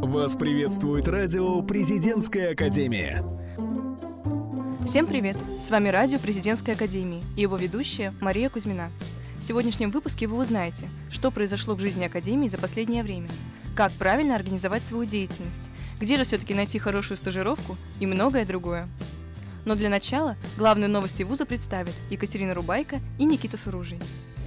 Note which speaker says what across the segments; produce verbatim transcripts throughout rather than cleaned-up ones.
Speaker 1: Вас приветствует радио «Президентская академия».
Speaker 2: Всем привет! С вами радио «Президентской академии» и его ведущая Мария Кузьмина. В сегодняшнем выпуске вы узнаете, что произошло в жизни Академии за последнее время, как правильно организовать свою деятельность, где же все-таки найти хорошую стажировку и многое другое. Но для начала главные новости вуза представят Екатерина Рубайко и Никита Суружий.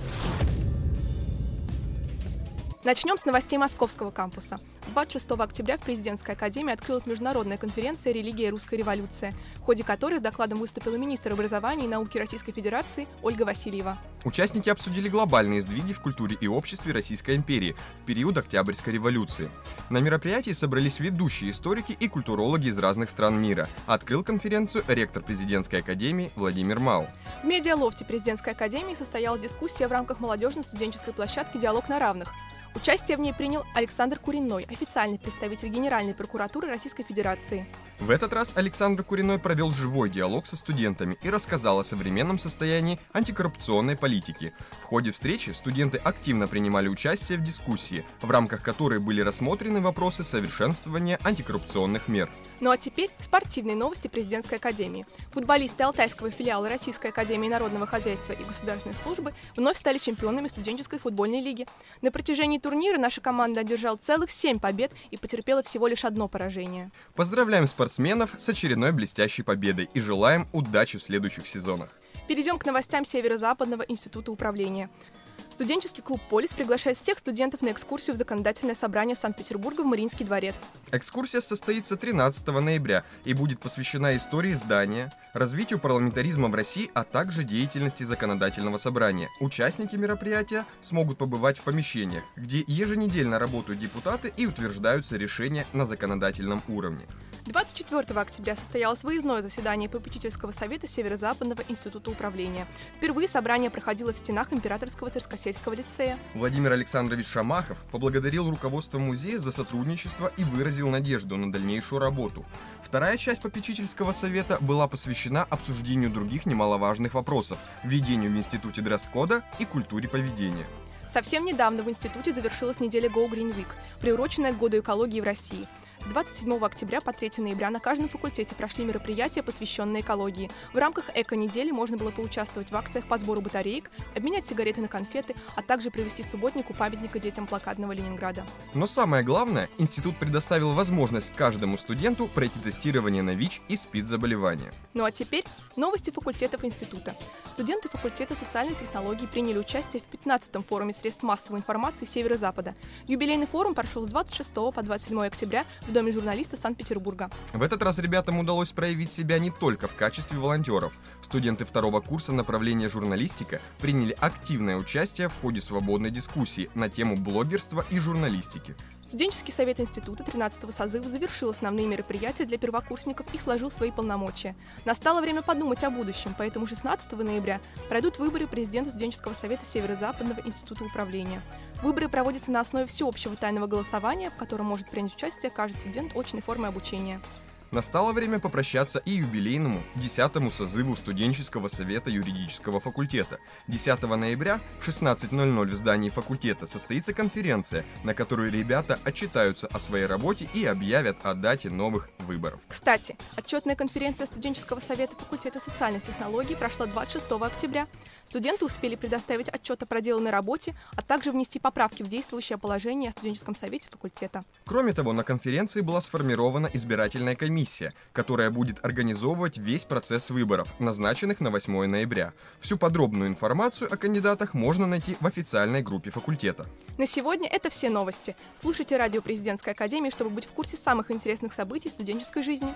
Speaker 3: Начнем с новостей Московского кампуса. двадцать шестого октября в Президентской академии открылась международная конференция «Религия и русская революция», в ходе которой с докладом выступила министр образования и науки Российской Федерации Ольга Васильева.
Speaker 4: Участники обсудили глобальные сдвиги в культуре и обществе Российской империи в период Октябрьской революции. На мероприятии собрались ведущие историки и культурологи из разных стран мира. Открыл конференцию ректор Президентской академии Владимир Мау.
Speaker 3: В медиалофте Президентской академии состоялась дискуссия в рамках молодежно-студенческой площадки «Диалог на равных». Участие в ней принял Александр Куриной, официальный представитель Генеральной прокуратуры Российской Федерации.
Speaker 4: В этот раз Александр Куриной провел живой диалог со студентами и рассказал о современном состоянии антикоррупционной политики. В ходе встречи студенты активно принимали участие в дискуссии, в рамках которой были рассмотрены вопросы совершенствования антикоррупционных мер.
Speaker 3: Ну а теперь спортивные новости Президентской академии. Футболисты Алтайского филиала Российской академии народного хозяйства и государственной службы вновь стали чемпионами студенческой футбольной лиги. На протяжении турнира наша команда одержала целых семь побед и потерпела всего лишь одно поражение.
Speaker 4: Поздравляем спортсменов с очередной блестящей победой и желаем удачи в следующих сезонах.
Speaker 3: Перейдем к новостям Северо-Западного института управления. Студенческий клуб «Полис» приглашает всех студентов на экскурсию в законодательное собрание Санкт-Петербурга в Мариинский дворец.
Speaker 4: Экскурсия состоится тринадцатого ноября и будет посвящена истории здания, развитию парламентаризма в России, а также деятельности законодательного собрания. Участники мероприятия смогут побывать в помещениях, где еженедельно работают депутаты и утверждаются решения на законодательном уровне.
Speaker 3: двадцать четвёртого октября состоялось выездное заседание попечительского совета Северо-Западного института управления. Впервые собрание проходило в стенах Императорского царскосельского лицея.
Speaker 4: Владимир Александрович Шамахов поблагодарил руководство музея за сотрудничество и выразил надежду на дальнейшую работу. Вторая часть попечительского совета была посвящена обсуждению других немаловажных вопросов, введению в институте дресс-кода и культуре поведения.
Speaker 3: Совсем недавно в институте завершилась неделя Go Green Week, приуроченная к Году экологии в России. двадцать седьмого октября по третьего ноября на каждом факультете прошли мероприятия, посвященные экологии. В рамках эко-недели можно было поучаствовать в акциях по сбору батареек, обменять сигареты на конфеты, а также провести субботник у памятника детям блокадного Ленинграда.
Speaker 4: Но самое главное, институт предоставил возможность каждому студенту пройти тестирование на ВИЧ и СПИД-заболевания.
Speaker 3: Ну а теперь новости факультетов института. Студенты факультета социальных технологий приняли участие в пятнадцатом форуме средств массовой информации Северо-Запада. Юбилейный форум прошел с двадцать шестого по двадцать седьмое октября в Доме журналиста Санкт-Петербурга.
Speaker 4: В этот раз ребятам удалось проявить себя не только в качестве волонтеров. Студенты второго курса направления журналистика приняли активное участие в ходе свободной дискуссии на тему блогерства и журналистики.
Speaker 3: Студенческий совет института тринадцатого созыва завершил основные мероприятия для первокурсников и сложил свои полномочия. Настало время подумать о будущем, поэтому шестнадцатого ноября пройдут выборы президента студенческого совета Северо-Западного института управления. Выборы проводятся на основе всеобщего тайного голосования, в котором может принять участие каждый студент очной формы обучения.
Speaker 4: Настало время попрощаться и юбилейному десятому созыву студенческого совета юридического факультета. десятого ноября в шестнадцать ноль ноль в здании факультета состоится конференция, на которой ребята отчитаются о своей работе и объявят о дате новых выборов.
Speaker 3: Кстати, отчетная конференция студенческого совета факультета социальных технологий прошла двадцать шестого октября. Студенты успели предоставить отчет о проделанной работе, а также внести поправки в действующее положение о студенческом совете факультета.
Speaker 4: Кроме того, на конференции была сформирована избирательная комиссия, которая будет организовывать весь процесс выборов, назначенных на восьмое ноября. Всю подробную информацию о кандидатах можно найти в официальной группе факультета.
Speaker 3: На сегодня это все новости. Слушайте радио Президентской академии, чтобы быть в курсе самых интересных событий студенческой жизни.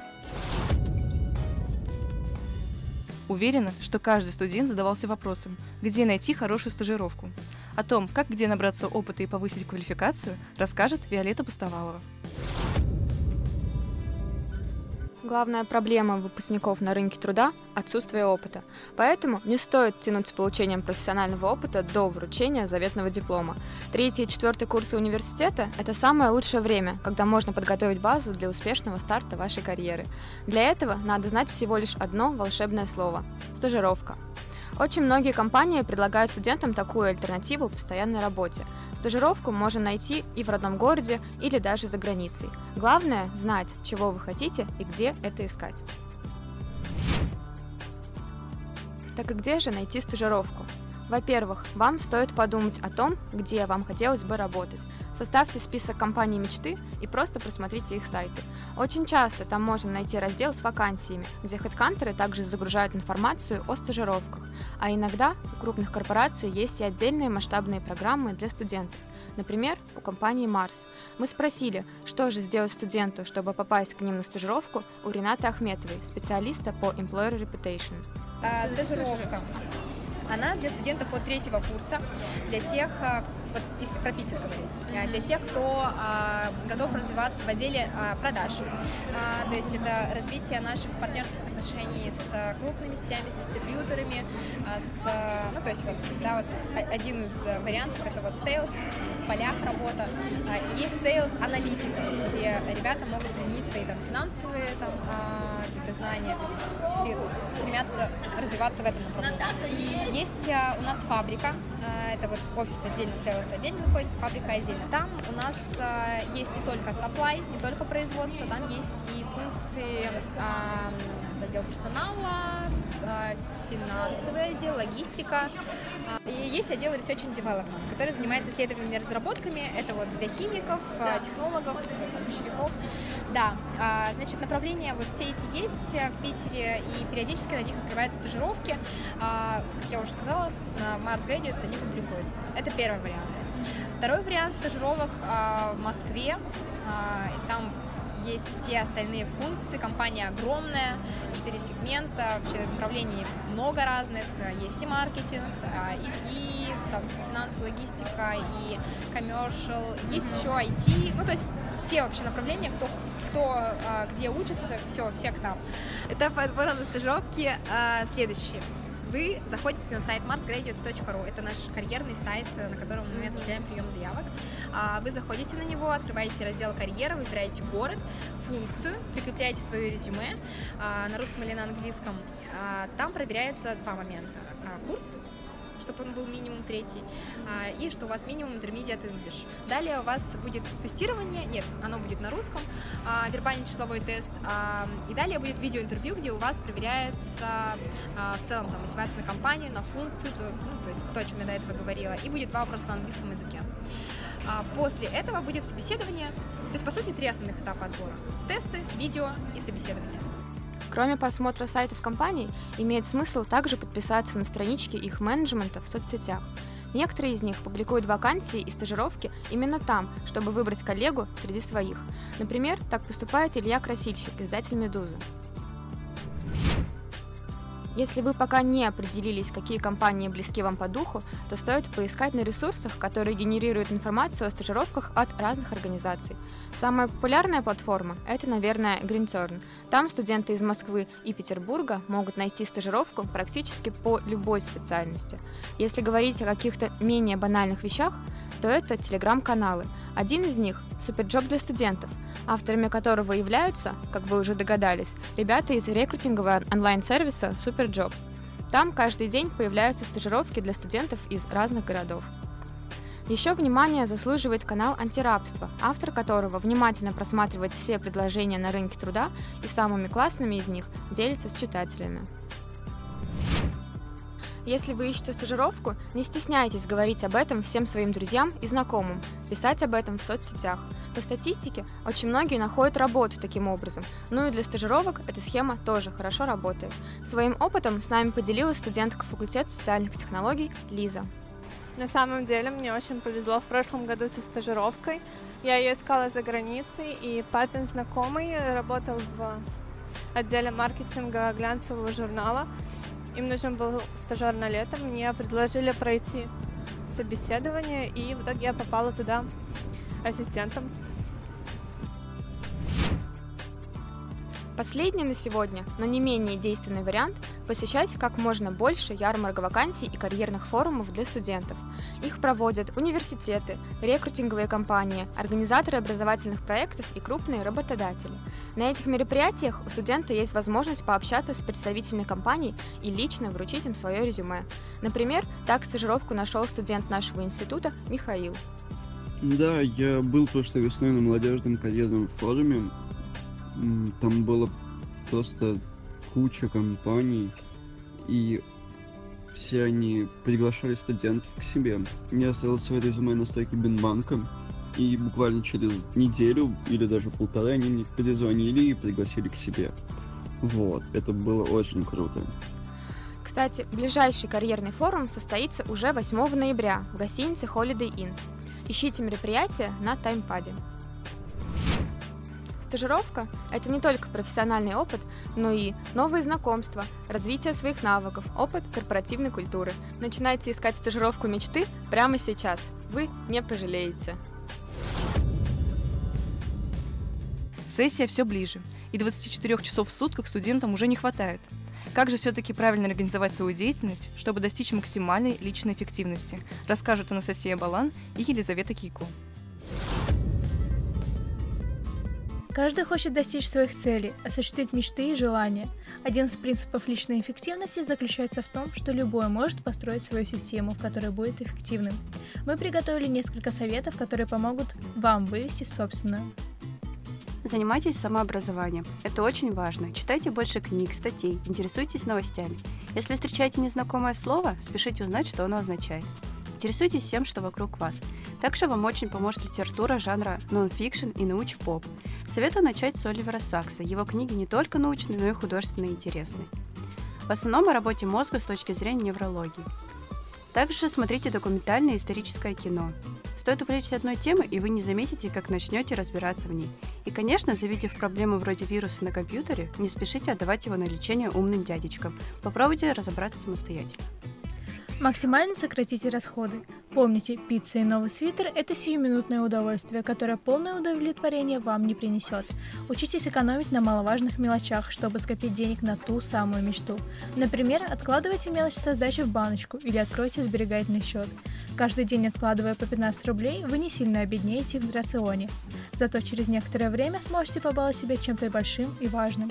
Speaker 2: Уверена, что каждый студент задавался вопросом, где найти хорошую стажировку. О том, как где набраться опыта и повысить квалификацию, расскажет Виолетта Пустовалова.
Speaker 5: Главная проблема выпускников на рынке труда – отсутствие опыта. Поэтому не стоит тянуть с получением профессионального опыта до вручения заветного диплома. Третий и четвертый курсы университета – это самое лучшее время, когда можно подготовить базу для успешного старта вашей карьеры. Для этого надо знать всего лишь одно волшебное слово – стажировка. Очень многие компании предлагают студентам такую альтернативу постоянной работе. Стажировку можно найти и в родном городе, или даже за границей. Главное – знать, чего вы хотите и где это искать. Так и где же найти стажировку? Во-первых, вам стоит подумать о том, где вам хотелось бы работать. Составьте список компаний мечты и просто просмотрите их сайты. Очень часто там можно найти раздел с вакансиями, где хедхантеры также загружают информацию о стажировках. А иногда у крупных корпораций есть и отдельные масштабные программы для студентов. Например, у компании Mars. Мы спросили, что же сделать студенту, чтобы попасть к ним на стажировку, у Ренаты Ахметовой, специалиста по Employer Reputation.
Speaker 6: А, стажировка. Она для студентов от третьего курса, для тех, вот если про Питер говорить, для тех, кто а, готов развиваться в отделе а, продаж. А, то есть это развитие наших партнерских отношений с крупными сетями, с дистрибьюторами, а, с, ну то есть вот, да, вот один из вариантов это вот sales, в полях работа. А, и есть sales аналитика, где ребята могут применить свои там финансовые там, а, какие-то знания, то есть стремятся развиваться в этом направлении. Есть а, у нас фабрика, а, это вот офис отдельно, sales отдельно находится, фабрика отдельно. Там у нас а, есть не только supply, не только производство, там есть и функции а, отдел персонала, а, финансовый отдел, логистика. А, и есть отдел Research and Development, который занимается исследованиями и разработками. Это вот для химиков, а, технологов, пищевиков. Да, а, значит, направления вот все эти есть в Питере, и периодически на них открываются стажировки. А, как я уже сказала, на Mars Graduates они публикуются. Это первый вариант. Второй вариант стажировок а, в Москве. А, там есть все остальные функции. Компания огромная, четыре сегмента, вообще направлений много разных. Есть и маркетинг, и, и там, финансы, логистика, и commercial. Есть еще ай ти. Ну, то есть все вообще направления, кто, кто где учится, все, все к нам. Этап отбора на стажировки а, следующие. Вы заходите на сайт mars graduates точка ру, это наш карьерный сайт, на котором мы осуществляем прием заявок. Вы заходите на него, открываете раздел «Карьера», выбираете город, функцию, прикрепляете свое резюме на русском или на английском. Там проверяется два момента. Курс, чтобы он был минимум третий, и что у вас минимум intermediate English. Далее у вас будет тестирование, нет, оно будет на русском, вербальный числовой тест, и далее будет видеоинтервью, где у вас проверяется в целом там, мотивация на компанию, на функцию, то, ну, то есть то, о чем я до этого говорила, и будет два вопроса на английском языке. После этого будет собеседование, то есть по сути три основных этапа отбора: тесты, видео и собеседование.
Speaker 5: Кроме просмотра сайтов компаний, имеет смысл также подписаться на странички их менеджмента в соцсетях. Некоторые из них публикуют вакансии и стажировки именно там, чтобы выбрать коллегу среди своих. Например, так поступает Илья Красильщик, издатель «Медузы». Если вы пока не определились, какие компании близки вам по духу, то стоит поискать на ресурсах, которые генерируют информацию о стажировках от разных организаций. Самая популярная платформа – это, наверное, GreenTurn. Там студенты из Москвы и Петербурга могут найти стажировку практически по любой специальности. Если говорить о каких-то менее банальных вещах, то это телеграм-каналы. Один из них – Суперджоп для студентов, авторами которого являются, как вы уже догадались, ребята из рекрутингового онлайн-сервиса Суперджоп. Там каждый день появляются стажировки для студентов из разных городов. Еще внимание заслуживает канал «Антирабство», автор которого внимательно просматривает все предложения на рынке труда и самыми классными из них делится с читателями. Если вы ищете стажировку, не стесняйтесь говорить об этом всем своим друзьям и знакомым, писать об этом в соцсетях. По статистике, очень многие находят работу таким образом, ну и для стажировок эта схема тоже хорошо работает. Своим опытом с нами поделилась студентка факультета социальных технологий Лиза.
Speaker 7: На самом деле мне очень повезло в прошлом году со стажировкой. Я ее искала за границей, и папин знакомый работал в отделе маркетинга глянцевого журнала. Им нужен был стажер на лето, мне предложили пройти собеседование, и в итоге я попала туда ассистентом.
Speaker 5: Последний на сегодня, но не менее действенный вариант – посещать как можно больше ярмарок вакансий и карьерных форумов для студентов. Их проводят университеты, рекрутинговые компании, организаторы образовательных проектов и крупные работодатели. На этих мероприятиях у студента есть возможность пообщаться с представителями компаний и лично вручить им свое резюме. Например, так стажировку нашел студент нашего института Михаил.
Speaker 8: Да, я был прошлой весной на молодежном карьерном форуме. Там было просто куча компаний, и все они приглашали студентов к себе. Я оставил свое резюме на стойке Бинбанка, и буквально через неделю или даже полторы они мне перезвонили и пригласили к себе. Вот, это было очень круто.
Speaker 5: Кстати, ближайший карьерный форум состоится уже восьмого ноября в гостинице Holiday Inn. Ищите мероприятие на таймпаде. Стажировка – это не только профессиональный опыт, но и новые знакомства, развитие своих навыков, опыт корпоративной культуры. Начинайте искать стажировку мечты прямо сейчас. Вы не пожалеете.
Speaker 2: Сессия все ближе, и двадцати четырёх часов в сутках студентам уже не хватает. Как же все-таки правильно организовать свою деятельность, чтобы достичь максимальной личной эффективности, расскажут Анастасия Балан и Елизавета Кейко.
Speaker 9: Каждый хочет достичь своих целей, осуществить мечты и желания. Один из принципов личной эффективности заключается в том, что любой может построить свою систему, в которой будет эффективным. Мы приготовили несколько советов, которые помогут вам вывести собственную.
Speaker 10: Занимайтесь самообразованием. Это очень важно. Читайте больше книг, статей, интересуйтесь новостями. Если встречаете незнакомое слово, спешите узнать, что оно означает. Интересуйтесь всем, что вокруг вас. Также вам очень поможет литература жанра нон-фикшн и науч-поп. Советую начать с Оливера Сакса. Его книги не только научные, но и художественно интересные. В основном о работе мозга с точки зрения неврологии. Также смотрите документальное и историческое кино. Стоит увлечься одной темой, и вы не заметите, как начнете разбираться в ней. И, конечно, завидев проблему вроде вируса на компьютере, не спешите отдавать его на лечение умным дядечкам. Попробуйте разобраться самостоятельно.
Speaker 9: Максимально сократите расходы. Помните, пицца и новый свитер – это сиюминутное удовольствие, которое полное удовлетворение вам не принесет. Учитесь экономить на маловажных мелочах, чтобы скопить денег на ту самую мечту. Например, откладывайте мелочь со сдачи в баночку или откройте сберегательный счет. Каждый день откладывая по пятнадцать рублей, вы не сильно обеднеете в рационе. Зато через некоторое время сможете побаловать себя чем-то большим и важным.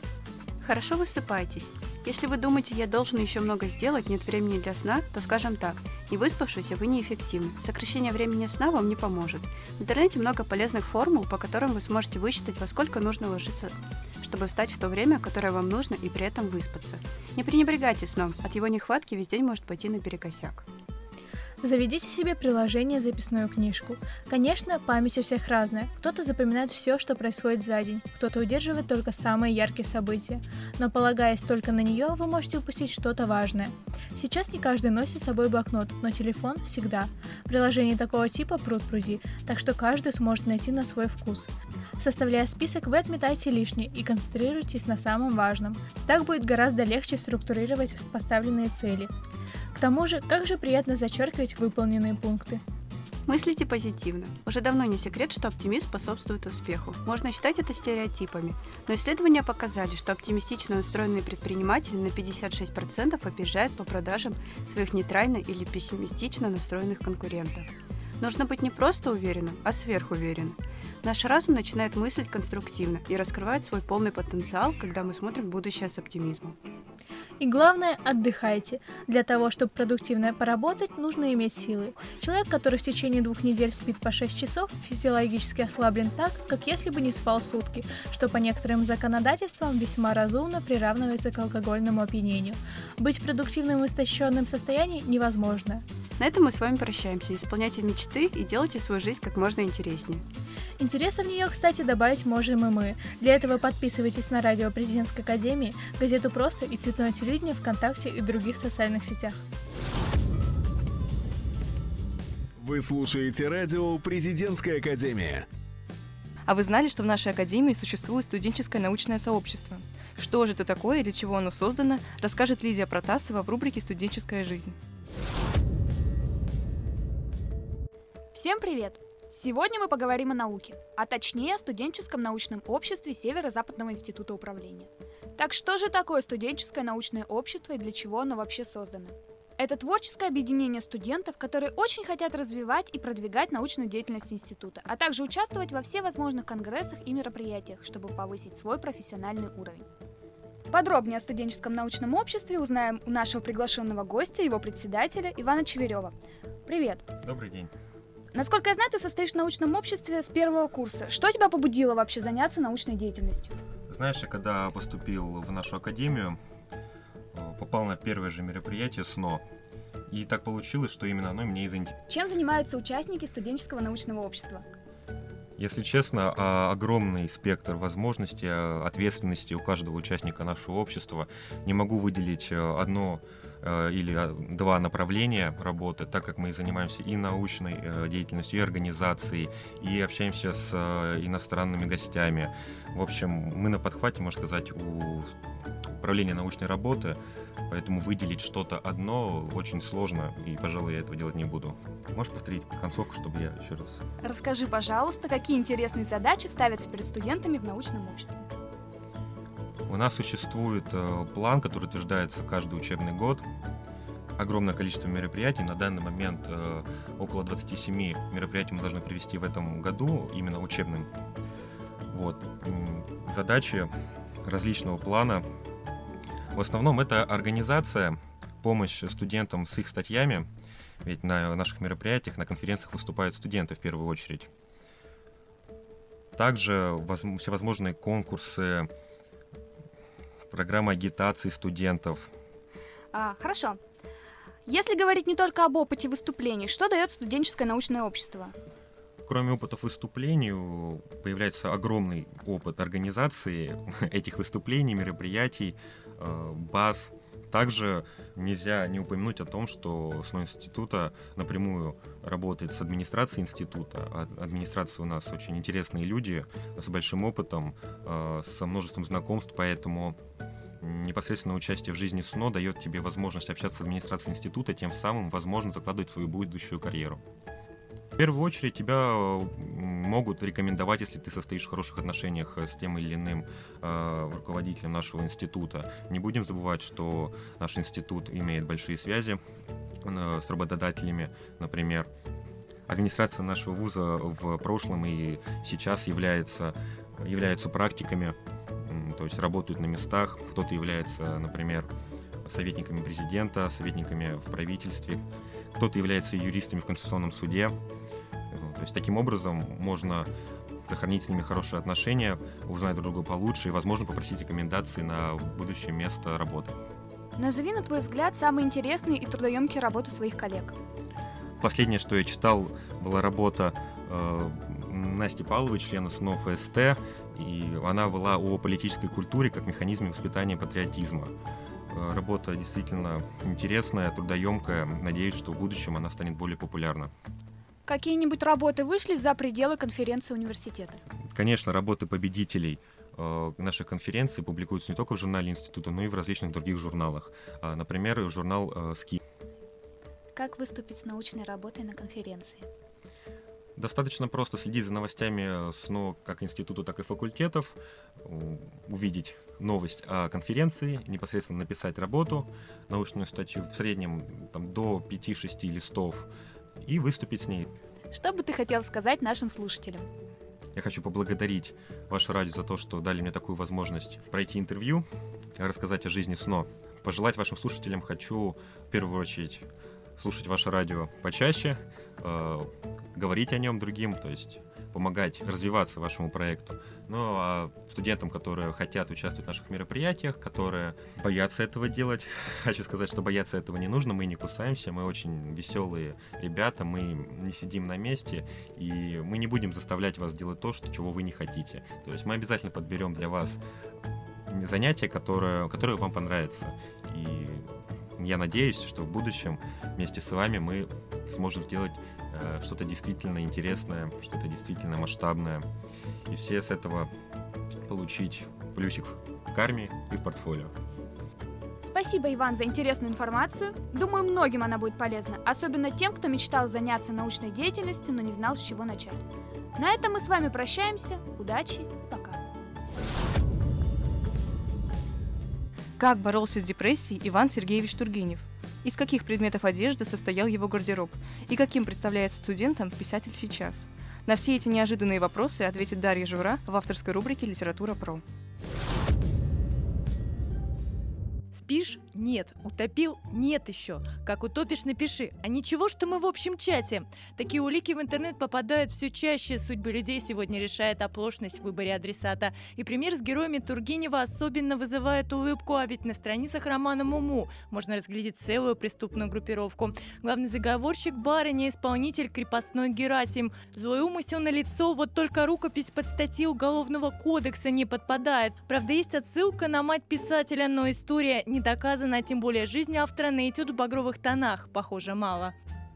Speaker 10: Хорошо высыпайтесь. Если вы думаете, я должен еще много сделать, нет времени для сна, то скажем так, не выспавшись, вы неэффективны. Сокращение времени сна вам не поможет. В интернете много полезных формул, по которым вы сможете высчитать, во сколько нужно ложиться, чтобы встать в то время, которое вам нужно, и при этом выспаться. Не пренебрегайте сном, от его нехватки весь день может пойти наперекосяк.
Speaker 9: Заведите себе приложение «Записную книжку». Конечно, память у всех разная. Кто-то запоминает все, что происходит за день, кто-то удерживает только самые яркие события. Но полагаясь только на нее, вы можете упустить что-то важное. Сейчас не каждый носит с собой блокнот, но телефон всегда. Приложений такого типа пруд-пруди, так что каждый сможет найти на свой вкус. Составляя список, вы отметаете лишнее и концентрируетесь на самом важном. Так будет гораздо легче структурировать поставленные цели. К тому же, как же приятно зачеркивать выполненные пункты.
Speaker 10: Мыслите позитивно. Уже давно не секрет, что оптимизм способствует успеху. Можно считать это стереотипами. Но исследования показали, что оптимистично настроенные предприниматели на пятьдесят шесть процентов опережают по продажам своих нейтрально или пессимистично настроенных конкурентов. Нужно быть не просто уверенным, а сверхуверенным. Наш разум начинает мыслить конструктивно и раскрывает свой полный потенциал, когда мы смотрим в будущее с оптимизмом.
Speaker 9: И главное, отдыхайте. Для того, чтобы продуктивно поработать, нужно иметь силы. Человек, который в течение двух недель спит по шесть часов, физиологически ослаблен так, как если бы не спал сутки, что по некоторым законодательствам весьма разумно приравнивается к алкогольному опьянению. Быть продуктивным в истощенном состоянии невозможно.
Speaker 10: На этом мы с вами прощаемся. Исполняйте мечты и делайте свою жизнь как можно интереснее.
Speaker 9: Интереса в нее, кстати, добавить можем и мы. Для этого подписывайтесь на радио Президентской академии, газету «Просто» и Цветное телевидение ВКонтакте и других социальных сетях.
Speaker 1: Вы слушаете радио Президентская академия.
Speaker 2: А вы знали, что в нашей академии существует студенческое научное сообщество? Что же это такое и для чего оно создано, расскажет Лидия Протасова в рубрике «Студенческая жизнь».
Speaker 11: Всем привет! Сегодня мы поговорим о науке, а точнее о студенческом научном обществе Северо-Западного института управления. Так что же такое студенческое научное общество и для чего оно вообще создано? Это творческое объединение студентов, которые очень хотят развивать и продвигать научную деятельность института, а также участвовать во всевозможных конгрессах и мероприятиях, чтобы повысить свой профессиональный уровень. Подробнее о студенческом научном обществе узнаем у нашего приглашенного гостя, его председателя Ивана Чеверева. Привет.
Speaker 12: Добрый день.
Speaker 11: Насколько я знаю, ты состоишь в научном обществе с первого курса. Что тебя побудило вообще заняться научной деятельностью?
Speaker 12: Знаешь, я когда поступил в нашу академию, попал на первое же мероприятие СНО. И так получилось, что именно оно меня и заинтересовало.
Speaker 11: Чем занимаются участники студенческого научного общества?
Speaker 12: Если честно, огромный спектр возможностей, ответственности у каждого участника нашего общества. Не могу выделить одно или два направления работы, так как мы занимаемся и научной деятельностью, и организацией, и общаемся с иностранными гостями. В общем, мы на подхвате, можно сказать, у управления научной работы, поэтому выделить что-то одно очень сложно, и, пожалуй, я этого делать не буду. Можешь повторить концовку, чтобы я еще раз...
Speaker 11: Расскажи, пожалуйста, какие интересные задачи ставятся перед студентами в научном обществе?
Speaker 12: У нас существует э, план, который утверждается каждый учебный год. Огромное количество мероприятий. На данный момент э, около двадцати семи мероприятий мы должны провести в этом году, именно учебным. Вот. Задачи различного плана. В основном это организация, помощь студентам с их статьями, ведь на наших мероприятиях, на конференциях выступают студенты в первую очередь. Также всевозможные конкурсы, программы агитации студентов.
Speaker 11: А, хорошо. Если говорить не только об опыте выступлений, что дает студенческое научное общество?
Speaker 12: Кроме опытов выступлений, появляется огромный опыт организации этих выступлений, мероприятий, баз. Также нельзя не упомянуть о том, что СНО института напрямую работает с администрацией института. Администрация у нас очень интересные люди с большим опытом, со множеством знакомств, поэтому непосредственно участие в жизни СНО дает тебе возможность общаться с администрацией института, тем самым, возможно, закладывать свою будущую карьеру. В первую очередь тебя могут рекомендовать, если ты состоишь в хороших отношениях с тем или иным э, руководителем нашего института. Не будем забывать, что наш институт имеет большие связи э, с работодателями, например. Администрация нашего вуза в прошлом и сейчас является, являются практиками, э, то есть работают на местах. Кто-то является, например, советниками президента, советниками в правительстве, кто-то является юристами в Конституционном суде. То есть таким образом можно сохранить с ними хорошие отношения, узнать друг друга получше и, возможно, попросить рекомендации на будущее место работы.
Speaker 11: Назови, на твой взгляд, самые интересные и трудоемкие работы своих коллег.
Speaker 12: Последнее, что я читал, была работа э, Насти Павловой, члена СНО ФСТ, и она была о политической культуре как механизме воспитания патриотизма. Э, работа действительно интересная, трудоемкая. Надеюсь, что в будущем она станет более популярна.
Speaker 11: Какие-нибудь работы вышли за пределы конференции университета?
Speaker 12: Конечно, работы победителей э, наших конференций публикуются не только в журнале института, но и в различных других журналах. А, например, журнал э, «СКИ».
Speaker 11: Как выступить с научной работой на конференции?
Speaker 12: Достаточно просто следить за новостями СНО как института, так и факультетов, увидеть новость о конференции, непосредственно написать работу, научную статью в среднем там, до пяти-шести листов, и выступить с ней.
Speaker 11: Что бы ты хотел сказать нашим слушателям?
Speaker 12: Я хочу поблагодарить ваше радио за то, что дали мне такую возможность пройти интервью, рассказать о жизни СНО. Пожелать вашим слушателям хочу в первую очередь слушать ваше радио почаще, э, говорить о нем другим, то есть помогать развиваться вашему проекту. Ну а студентам, которые хотят участвовать в наших мероприятиях, которые боятся этого делать, хочу сказать, что бояться этого не нужно, мы не кусаемся, мы очень веселые ребята, мы не сидим на месте, и мы не будем заставлять вас делать то, что, чего вы не хотите. То есть мы обязательно подберем для вас занятие, которое, которое вам понравится. И я надеюсь, что в будущем вместе с вами мы сможем сделать э, что-то действительно интересное, что-то действительно масштабное. И все с этого получить плюсик в карме и в портфолио.
Speaker 11: Спасибо, Иван, за интересную информацию. Думаю, многим она будет полезна, особенно тем, кто мечтал заняться научной деятельностью, но не знал, с чего начать. На этом мы с вами прощаемся. Удачи, пока.
Speaker 2: Как боролся с депрессией Иван Сергеевич Тургенев? Из каких предметов одежды состоял его гардероб? И каким представляется студентам писатель сейчас? На все эти неожиданные вопросы ответит Дарья Жура в авторской рубрике «Литература про».
Speaker 13: Спишь? Нет. Утопил? Нет еще. Как утопишь, напиши. А ничего, что мы в общем чате. Такие улики в интернет попадают все чаще. Судьбы людей сегодня решает оплошность в выборе адресата. И пример с героями Тургенева особенно вызывает улыбку, а ведь на страницах романа «Муму» можно разглядеть целую преступную группировку. Главный заговорщик – барыня, исполнитель крепостной Герасим. Злой умысел на лицо, вот только рукопись под статьи Уголовного кодекса не подпадает. Правда, есть отсылка на мать писателя, но история не доказана, а тем более жизнь автора на этюд в багровых тонах, похоже, мало.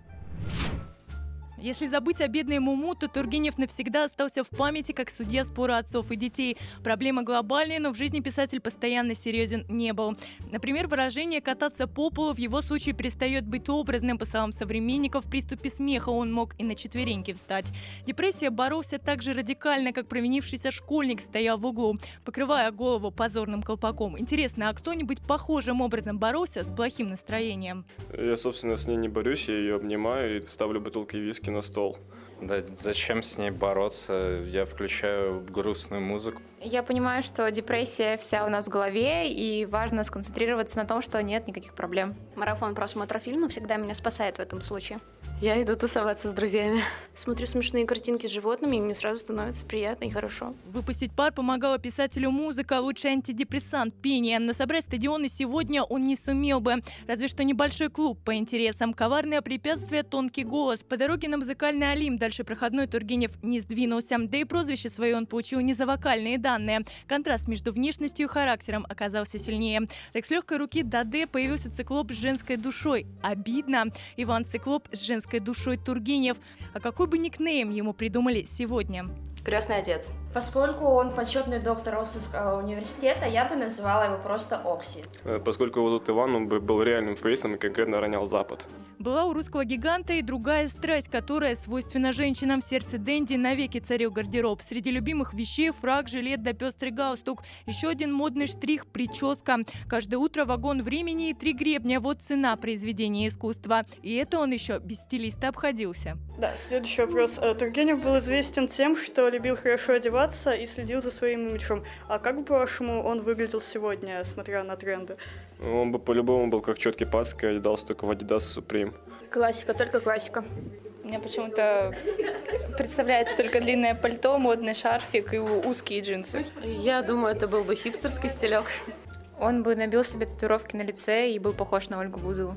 Speaker 13: Если забыть о бедной Муму, то Тургенев навсегда остался в памяти как судья спора отцов и детей. Проблема глобальная, но в жизни писатель постоянно серьезен не был. Например, выражение «кататься по полу» в его случае перестает быть образным. По словам современников, в приступе смеха он мог и на четвереньки встать. Депрессия боролся так же радикально, как провинившийся школьник стоял в углу, покрывая голову позорным колпаком. Интересно, а кто-нибудь похожим образом боролся с плохим настроением?
Speaker 14: Я, собственно, с ней не борюсь, я ее обнимаю и ставлю бутылкой виски на стол.
Speaker 15: Да зачем с ней бороться? Я включаю грустную музыку.
Speaker 16: Я понимаю, что депрессия вся у нас в голове, и важно сконцентрироваться на том, что нет никаких проблем.
Speaker 10: Марафон просмотра фильма всегда меня спасает в этом случае.
Speaker 17: Я иду тусоваться с друзьями. Смотрю смешные картинки с животными, и мне сразу становится приятно и хорошо.
Speaker 13: Выпустить пар помогала писателю музыка, лучший антидепрессант – пение. Но собрать стадионы сегодня он не сумел бы. Разве что небольшой клуб по интересам. Коварное препятствие – тонкий голос. По дороге на музыкальный Олимп дальше проходной Тургенев не сдвинулся. Да и прозвище свое он получил не за вокальные данные. Контраст между внешностью и характером оказался сильнее. Так с легкой руки Даде появился циклоп с женской душой. Обидно. Иван Циклоп с женской душой Тургенев. А какой бы никнейм ему придумали сегодня?
Speaker 17: Крестный отец.
Speaker 18: Поскольку он почетный доктор Оксфордского университета, я бы называла его просто Окси.
Speaker 14: Поскольку его зовут Иван, он бы был реальным фейсом и конкретно ронял Запад.
Speaker 13: Была у русского гиганта и другая страсть, которая свойственна женщинам. В сердце Дэнди навеки царил гардероб. Среди любимых вещей фрак, жилет да пестрый галстук. Еще один модный штрих – прическа. Каждое утро вагон времени и три гребня – вот цена произведения искусства. И это он еще без стилиста обходился.
Speaker 19: Да, следующий вопрос. Тургенев был известен тем, что любил хорошо одеваться и следил за своим имиджем. А как бы, по-вашему, он выглядел сегодня, смотря на тренды?
Speaker 14: Он бы по-любому был как четкий пацак и одевался только в Adidas Supreme.
Speaker 17: Классика, только классика.
Speaker 20: У меня почему-то представляется только длинное пальто, модный шарфик и узкие джинсы.
Speaker 17: Я думаю, это был бы хипстерский стилек.
Speaker 16: Он бы набил себе татуировки на лице и был похож на Ольгу Бузову.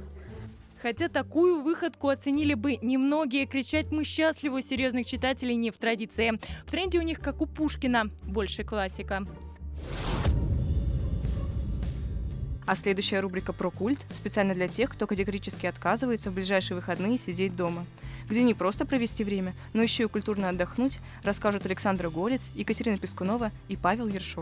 Speaker 13: Хотя такую выходку оценили бы немногие, кричать «мы счастливы» у серьезных читателей не в традиции. В тренде у них, как у Пушкина, больше классика.
Speaker 2: А следующая рубрика про культ специально для тех, кто категорически отказывается в ближайшие выходные сидеть дома. Где не просто провести время, но еще и культурно отдохнуть, расскажут Александра Голец, Екатерина Пискунова и Павел Ершов.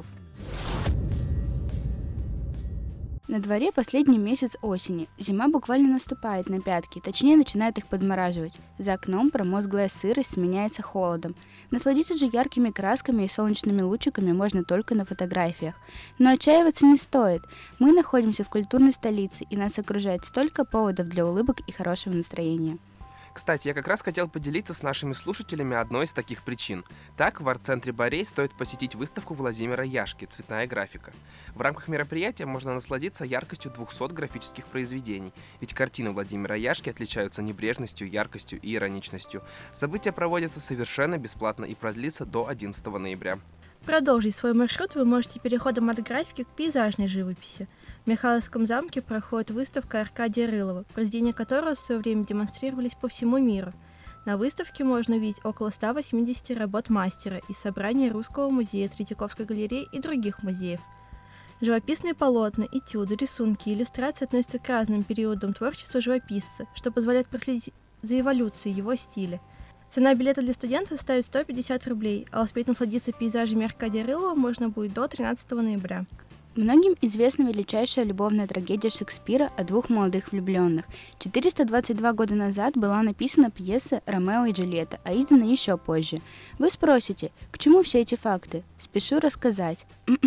Speaker 21: На дворе последний месяц осени. Зима буквально наступает на пятки, точнее начинает их подмораживать. За окном промозглая сырость сменяется холодом. Насладиться же яркими красками и солнечными лучиками можно только на фотографиях. Но отчаиваться не стоит. Мы находимся в культурной столице, и нас окружает столько поводов для улыбок и хорошего настроения.
Speaker 22: Кстати, я как раз хотел поделиться с нашими слушателями одной из таких причин. Так, в арт-центре Борей стоит посетить выставку Владимира Яшки «Цветная графика». В рамках мероприятия можно насладиться яркостью двухсот графических произведений, ведь картины Владимира Яшки отличаются небрежностью, яркостью и ироничностью. Событие проводится совершенно бесплатно и продлится до одиннадцатого ноября.
Speaker 9: Продолжить свой маршрут вы можете переходом от графики к пейзажной живописи. В Михайловском замке проходит выставка Аркадия Рылова, произведения которого в свое время демонстрировались по всему миру. На выставке можно увидеть около ста восьмидесяти работ мастера из собрания Русского музея, Третьяковской галереи и других музеев. Живописные полотна, этюды, рисунки и иллюстрации относятся к разным периодам творчества живописца, что позволяет проследить за эволюцией его стиля. Цена билета для студента составит сто пятьдесят рублей, а успеть насладиться пейзажами Аркадия Рылова можно будет до тринадцатого ноября.
Speaker 21: Многим известна величайшая любовная трагедия Шекспира о двух молодых влюбленных. четыреста двадцать два года назад была написана пьеса «Ромео и Джульетта», а издана еще позже. Вы спросите, к чему все эти факты? Спешу рассказать.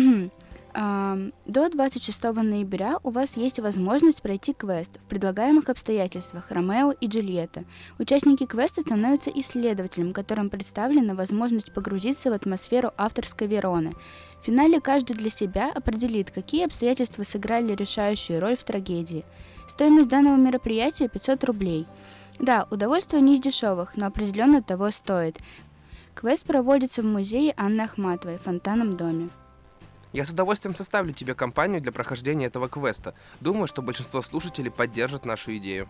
Speaker 21: До двадцать шестого ноября у вас есть возможность пройти квест в предлагаемых обстоятельствах «Ромео и Джульетта». Участники квеста становятся исследователем, которым представлена возможность погрузиться в атмосферу авторской Вероны. В финале каждый для себя определит, какие обстоятельства сыграли решающую роль в трагедии. Стоимость данного мероприятия пятьсот рублей. Да, удовольствие не из дешевых, но определенно того стоит. Квест проводится в музее Анны Ахматовой в Фонтанном доме.
Speaker 22: Я с удовольствием составлю тебе компанию для прохождения этого квеста. Думаю, что большинство слушателей поддержат нашу идею.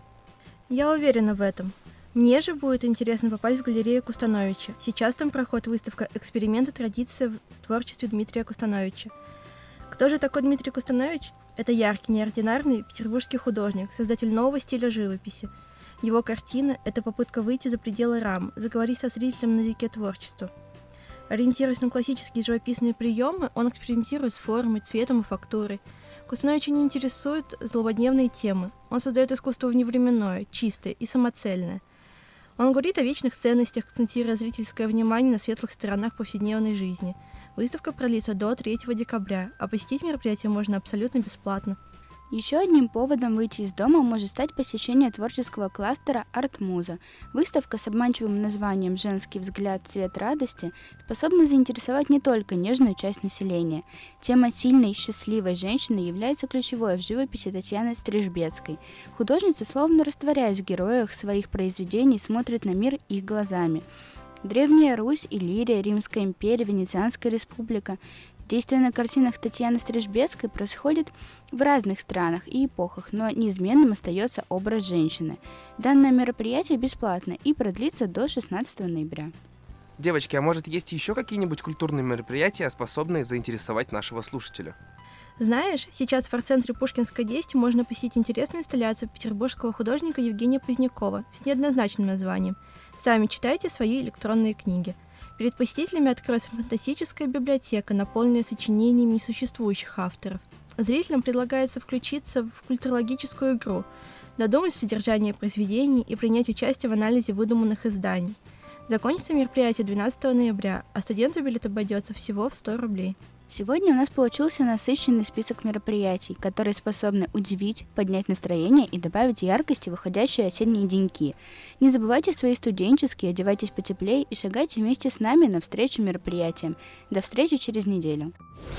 Speaker 9: Я уверена в этом. Мне же будет интересно попасть в галерею Кустановича. Сейчас там проходит выставка «Эксперименты традиции в творчестве Дмитрия Кустановича». Кто же такой Дмитрий Кустанович? Это яркий, неординарный петербургский художник, создатель нового стиля живописи. Его картина – это попытка выйти за пределы рам, заговорить со зрителем на языке творчества. Ориентируясь на классические живописные приемы, он экспериментирует с формой, цветом и фактурой. Кустановича не интересуют злободневные темы. Он создает искусство вневременное, чистое и самоцельное. Он говорит о вечных ценностях, акцентируя зрительское внимание на светлых сторонах повседневной жизни. Выставка продлится до третьего декабря, а посетить мероприятие можно абсолютно бесплатно.
Speaker 21: Еще одним поводом выйти из дома может стать посещение творческого кластера «Арт-муза». Выставка с обманчивым названием «Женский взгляд. Цвет радости» способна заинтересовать не только нежную часть населения. Тема сильной и счастливой женщины является ключевой в живописи Татьяны Стрижбецкой. Художница, словно растворяясь в героях своих произведений, смотрит на мир их глазами. Древняя Русь, Иллирия, Римская империя, Венецианская республика. Действие на картинах Татьяны Стрижбецкой происходит в разных странах и эпохах, но неизменным остается образ женщины. Данное мероприятие бесплатно и продлится до шестнадцатого ноября.
Speaker 22: Девочки, а может есть еще какие-нибудь культурные мероприятия, способные заинтересовать нашего слушателя?
Speaker 9: Знаешь, сейчас в арт-центре Пушкинская десять можно посетить интересную инсталляцию петербургского художника Евгения Позднякова с неоднозначным названием «Сами читайте свои электронные книги». Перед посетителями откроется фантастическая библиотека, наполненная сочинениями несуществующих авторов. Зрителям предлагается включиться в культурологическую игру, додумать содержание произведений и принять участие в анализе выдуманных изданий. Закончится мероприятие двенадцатого ноября, а студенту билет обойдется всего в сто рублей.
Speaker 21: Сегодня у нас получился насыщенный список мероприятий, которые способны удивить, поднять настроение и добавить яркости в выходящие осенние деньки. Не забывайте свои студенческие, одевайтесь потеплее и шагайте вместе с нами навстречу мероприятиям. До встречи через неделю.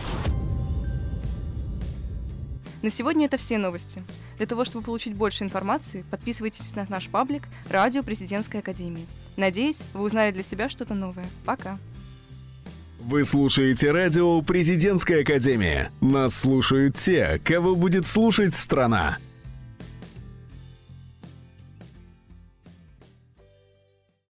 Speaker 2: На сегодня это все новости. Для того, чтобы получить больше информации, подписывайтесь на наш паблик «Радио Президентской академии». Надеюсь, вы узнали для себя что-то новое. Пока!
Speaker 1: Вы слушаете радио «Президентская академия». Нас слушают те, кого будет слушать страна.